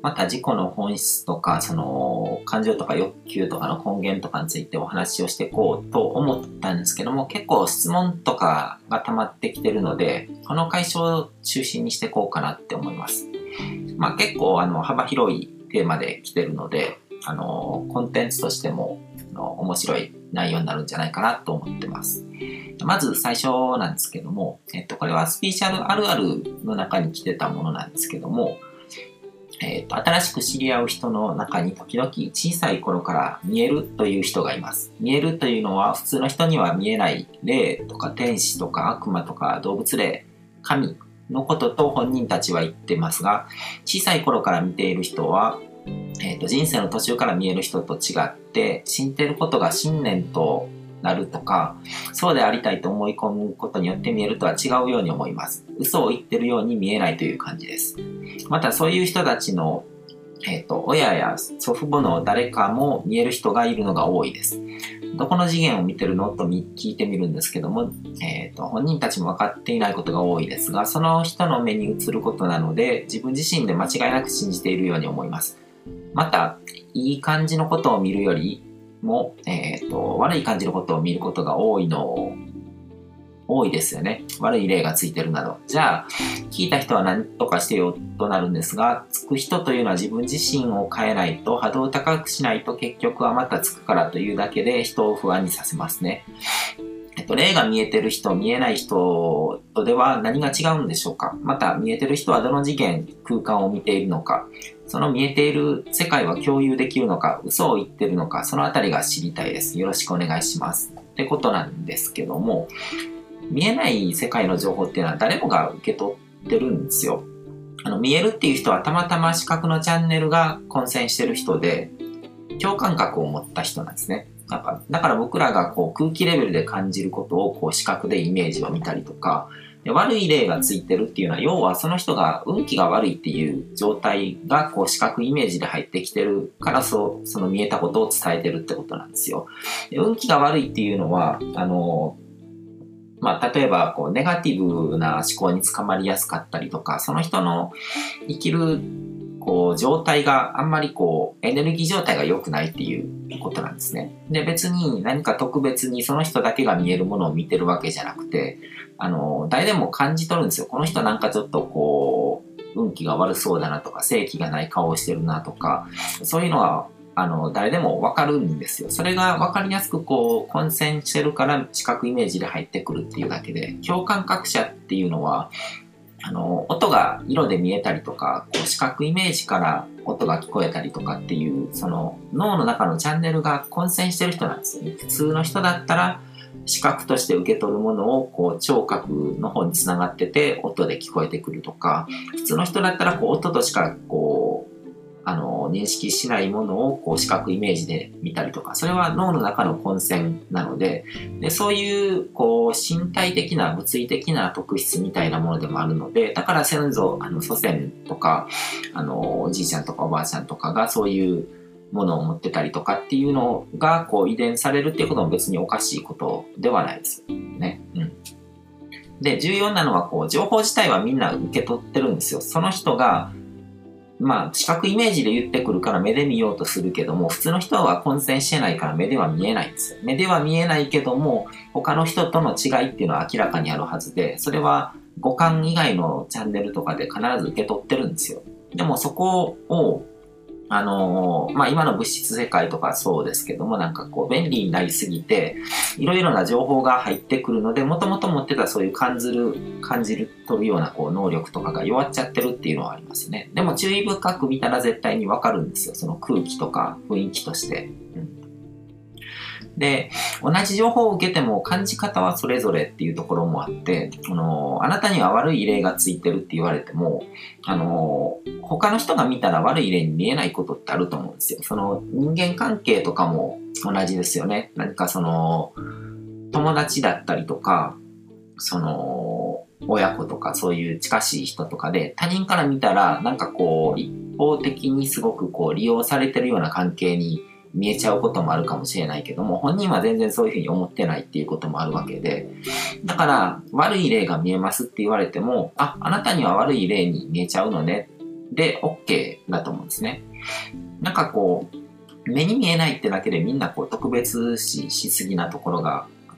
また自己の本質とか、その感情とか欲求とかの根源とかについてお話をしていこうと思ったんですけども、結構質問とかが溜まってきてるので、この解消を中心にしていこうかなって思います。結構幅広いテーマで来てるので、コンテンツとしても面白い内容になるんじゃないかなと思ってます。まず最初なんですけども、これはスピーチャルあるあるの中に来てたものなんですけども、新しく知り合う人の中に時々小さい頃から見えるという人がいます。見えるというのは普通の人には見えない霊とか天使とか悪魔とか動物霊、神のことと本人たちは言ってますが、小さい頃から見ている人は、人生の途中から見える人と違って信じていることが信念となるとか、そうでありたいと思い込むことによって見えるとは違うように思います。嘘を言ってるように見えないという感じです。またそういう人たちの、親や祖父母の誰かも見える人がいるのが多いです。どこの次元を見てるのと聞いてみるんですけども、本人たちも分かっていないことが多いですが、その人の目に映ることなので、自分自身で間違いなく信じているように思います。また、いい感じのことを見るよりも、悪い感じのことを見ることが多いですよね。悪い例がついてるなど。じゃあ、聞いた人は何とかしてよとなるんですが、つく人というのは自分自身を変えないと、波動を高くしないと結局はまたつくからというだけで人を不安にさせますね。霊が見えてる人、見えない人とでは何が違うんでしょうか。また、見えてる人はどの次元、空間を見ているのか。その見えている世界は共有できるのか、嘘を言ってるのか、そのあたりが知りたいです。よろしくお願いします。ってことなんですけども、見えない世界の情報っていうのは誰もが受け取ってるんですよ。見えるっていう人はたまたま視覚のチャンネルが混線してる人で、共感覚を持った人なんですね。だから僕らが空気レベルで感じることを視覚でイメージを見たりとか、で悪い例がついてるっていうのは、要はその人が運気が悪いっていう状態が視覚イメージで入ってきてるから、その見えたことを伝えてるってことなんですよ。で運気が悪いっていうのは、例えばネガティブな思考につかまりやすかったりとか、その人の生きる状態があんまりエネルギー状態が良くないっていうことなんですね。で、別に何か特別にその人だけが見えるものを見てるわけじゃなくて、誰でも感じ取るんですよ。この人なんかちょっと運気が悪そうだなとか、正気がない顔をしてるなとか、そういうのは誰でも分かるんですよ。それが分かりやすく混戦してるから視覚イメージで入ってくるっていうだけで、共感覚者っていうのは音が色で見えたりとか、視覚イメージから音が聞こえたりとかっていう、その脳の中のチャンネルが混線してる人なんですよね。普通の人だったら視覚として受け取るものを聴覚の方につながってて音で聞こえてくるとか、普通の人だったら音としか認識しないものを視覚イメージで見たりとか、それは脳の中の混線なので、そういう身体的な物理的な特質みたいなものでもあるので、だから先祖祖先とかおじいちゃんとかおばあちゃんとかがそういうものを持ってたりとかっていうのが遺伝されるっていうことも別におかしいことではないですね。で、重要なのは情報自体はみんな受け取ってるんですよ。その人が視覚イメージで言ってくるから目で見ようとするけども、普通の人は混線してないから目では見えないんですよ。目では見えないけども、他の人との違いっていうのは明らかにあるはずで、それは五感以外のチャンネルとかで必ず受け取ってるんですよ。でもそこを今の物質世界とかそうですけども、便利になりすぎていろいろな情報が入ってくるので、もともと持ってたそういう感じるとるような能力とかが弱っちゃってるっていうのはありますね。でも注意深く見たら絶対にわかるんですよ。その空気とか雰囲気として。で、同じ情報を受けても感じ方はそれぞれっていうところもあって、あなたには悪い例がついてるって言われても、他の人が見たら悪い例に見えないことってあると思うんですよ。その人間関係とかも同じですよね。何か友達だったりとか、親子とかそういう近しい人とかで、他人から見たら一方的にすごく利用されてるような関係に見えちゃうこともあるかもしれないけども、本人は全然そういうふうに思ってないっていうこともあるわけで、だから悪い例が見えますって言われても、あなたには悪い例に見えちゃうのね。 で OK だと思うんですね。なんかこう、目に見えないってだけでみんなこう特別視しすぎなところがあって、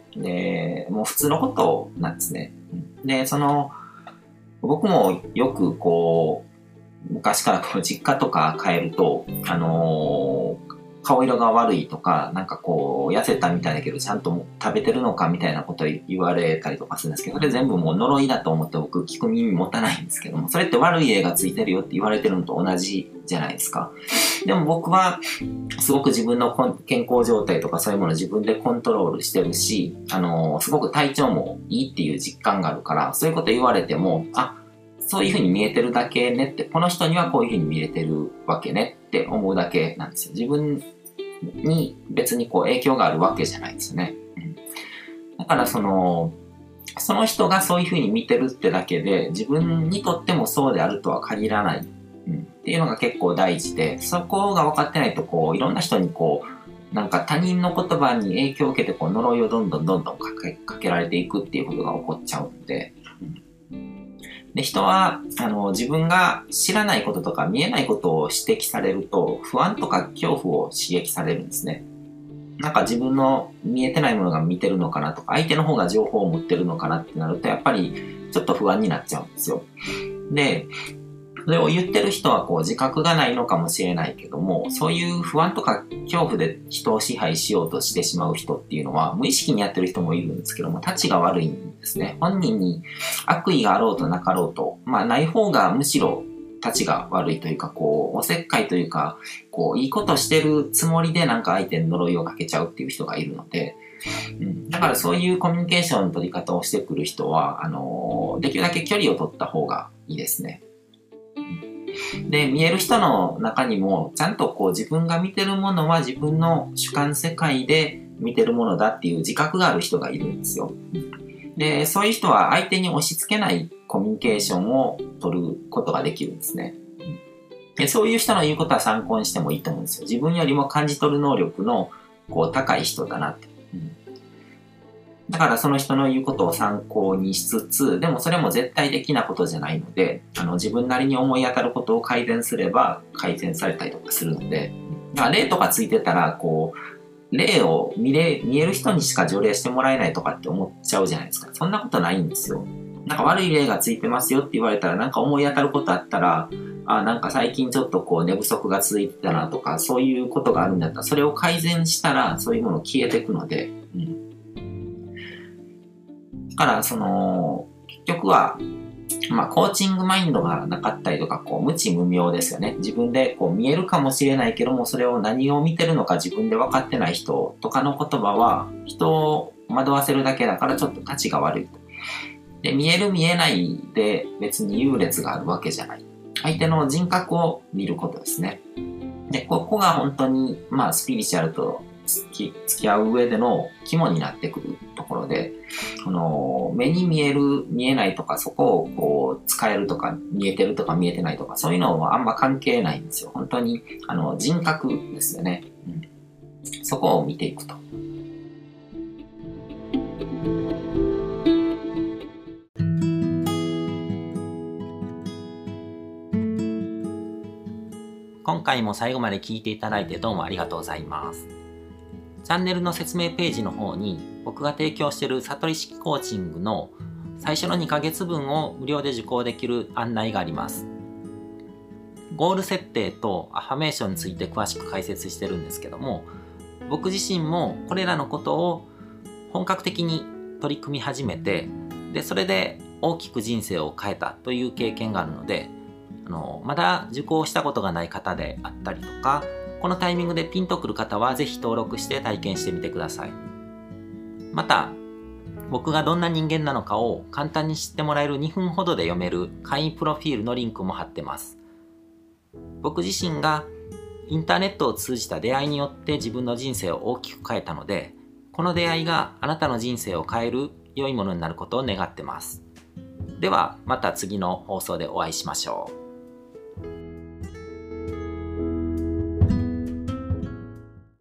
で、もう普通のことなんですね。で、僕もよくこう、昔からこう実家とか帰ると、顔色が悪いとか、なんかこう、痩せたみたいだけど、ちゃんと食べてるのかみたいなこと言われたりとかするんですけど、それ全部もう呪いだと思って僕聞く耳持たないんですけども、それって悪い絵がついてるよって言われてるのと同じじゃないですか。でも僕は、すごく自分の健康状態とかそういうものを自分でコントロールしてるし、すごく体調もいいっていう実感があるから、そういうこと言われても、そういう風に見えてるだけねって、この人にはこういう風に見えてるわけねって思うだけなんですよ。自分に別にこう影響があるわけじゃないですよね。だからその人がそういう風に見てるってだけで、自分にとってもそうであるとは限らない、っていうのが結構大事で、そこが分かってないとこういろんな人にこうなんか他人の言葉に影響を受けてこう呪いをどんどんかけられていくっていうことが起こっちゃうんで、で人は自分が知らないこととか見えないことを指摘されると不安とか恐怖を刺激されるんですね。なんか自分の見えてないものが見てるのかなとか、相手の方が情報を持ってるのかなってなるとやっぱりちょっと不安になっちゃうんですよ。で、それを言ってる人はこう自覚がないのかもしれないけども、そういう不安とか恐怖で人を支配しようとしてしまう人っていうのは無意識にやってる人もいるんですけども、たちが悪いんですね。本人に悪意があろうとなかろうと、ない方がむしろたちが悪いというか、こうおせっかいというか、こういいことしてるつもりでなんか相手に呪いをかけちゃうっていう人がいるので、だからそういうコミュニケーションの取り方をしてくる人はできるだけ距離を取った方がいいですね。で、見える人の中にもちゃんとこう自分が見てるものは自分の主観世界で見てるものだっていう自覚がある人がいるんですよ。で、そういう人は相手に押し付けないコミュニケーションを取ることができるんですね。で、そういう人の言うことは参考にしてもいいと思うんですよ。自分よりも感じ取る能力のこう高い人だなって。だからその人の言うことを参考にしつつ、でもそれも絶対的なことじゃないので、自分なりに思い当たることを改善すれば改善されたりとかするので、例とかついてたら、こう、例を見える人にしか除霊してもらえないとかって思っちゃうじゃないですか。そんなことないんですよ。なんか悪い例がついてますよって言われたら、なんか思い当たることあったら、なんか最近ちょっとこう寝不足が続いてたなとか、そういうことがあるんだったら、それを改善したら、そういうもの消えていくので、だから、結局は、コーチングマインドがなかったりとか、こう、無知無明ですよね。自分でこう見えるかもしれないけども、それを何を見てるのか自分で分かってない人とかの言葉は、人を惑わせるだけだからちょっと立ちが悪いと。で、見える見えないで別に優劣があるわけじゃない。相手の人格を見ることですね。で、ここが本当に、スピリチュアルと付き合う上での肝になってくるところで、目に見える見えないとか、そこをこう使えるとか、見えてるとか見えてないとか、そういうのはあんま関係ないんですよ。本当に人格ですよね。そこを見ていくと。今回も最後まで聞いていただいてどうもありがとうございます。チャンネルの説明ページの方に僕が提供している悟り式コーチングの最初の2ヶ月分を無料で受講できる案内があります。ゴール設定とアファメーションについて詳しく解説してるんですけども、僕自身もこれらのことを本格的に取り組み始めて、でそれで大きく人生を変えたという経験があるので、まだ受講したことがない方であったりとか、このタイミングでピンとくる方はぜひ登録して体験してみてください。また、僕がどんな人間なのかを簡単に知ってもらえる2分ほどで読める会員プロフィールのリンクも貼ってます。僕自身がインターネットを通じた出会いによって自分の人生を大きく変えたので、この出会いがあなたの人生を変える良いものになることを願ってます。ではまた次の放送でお会いしましょう。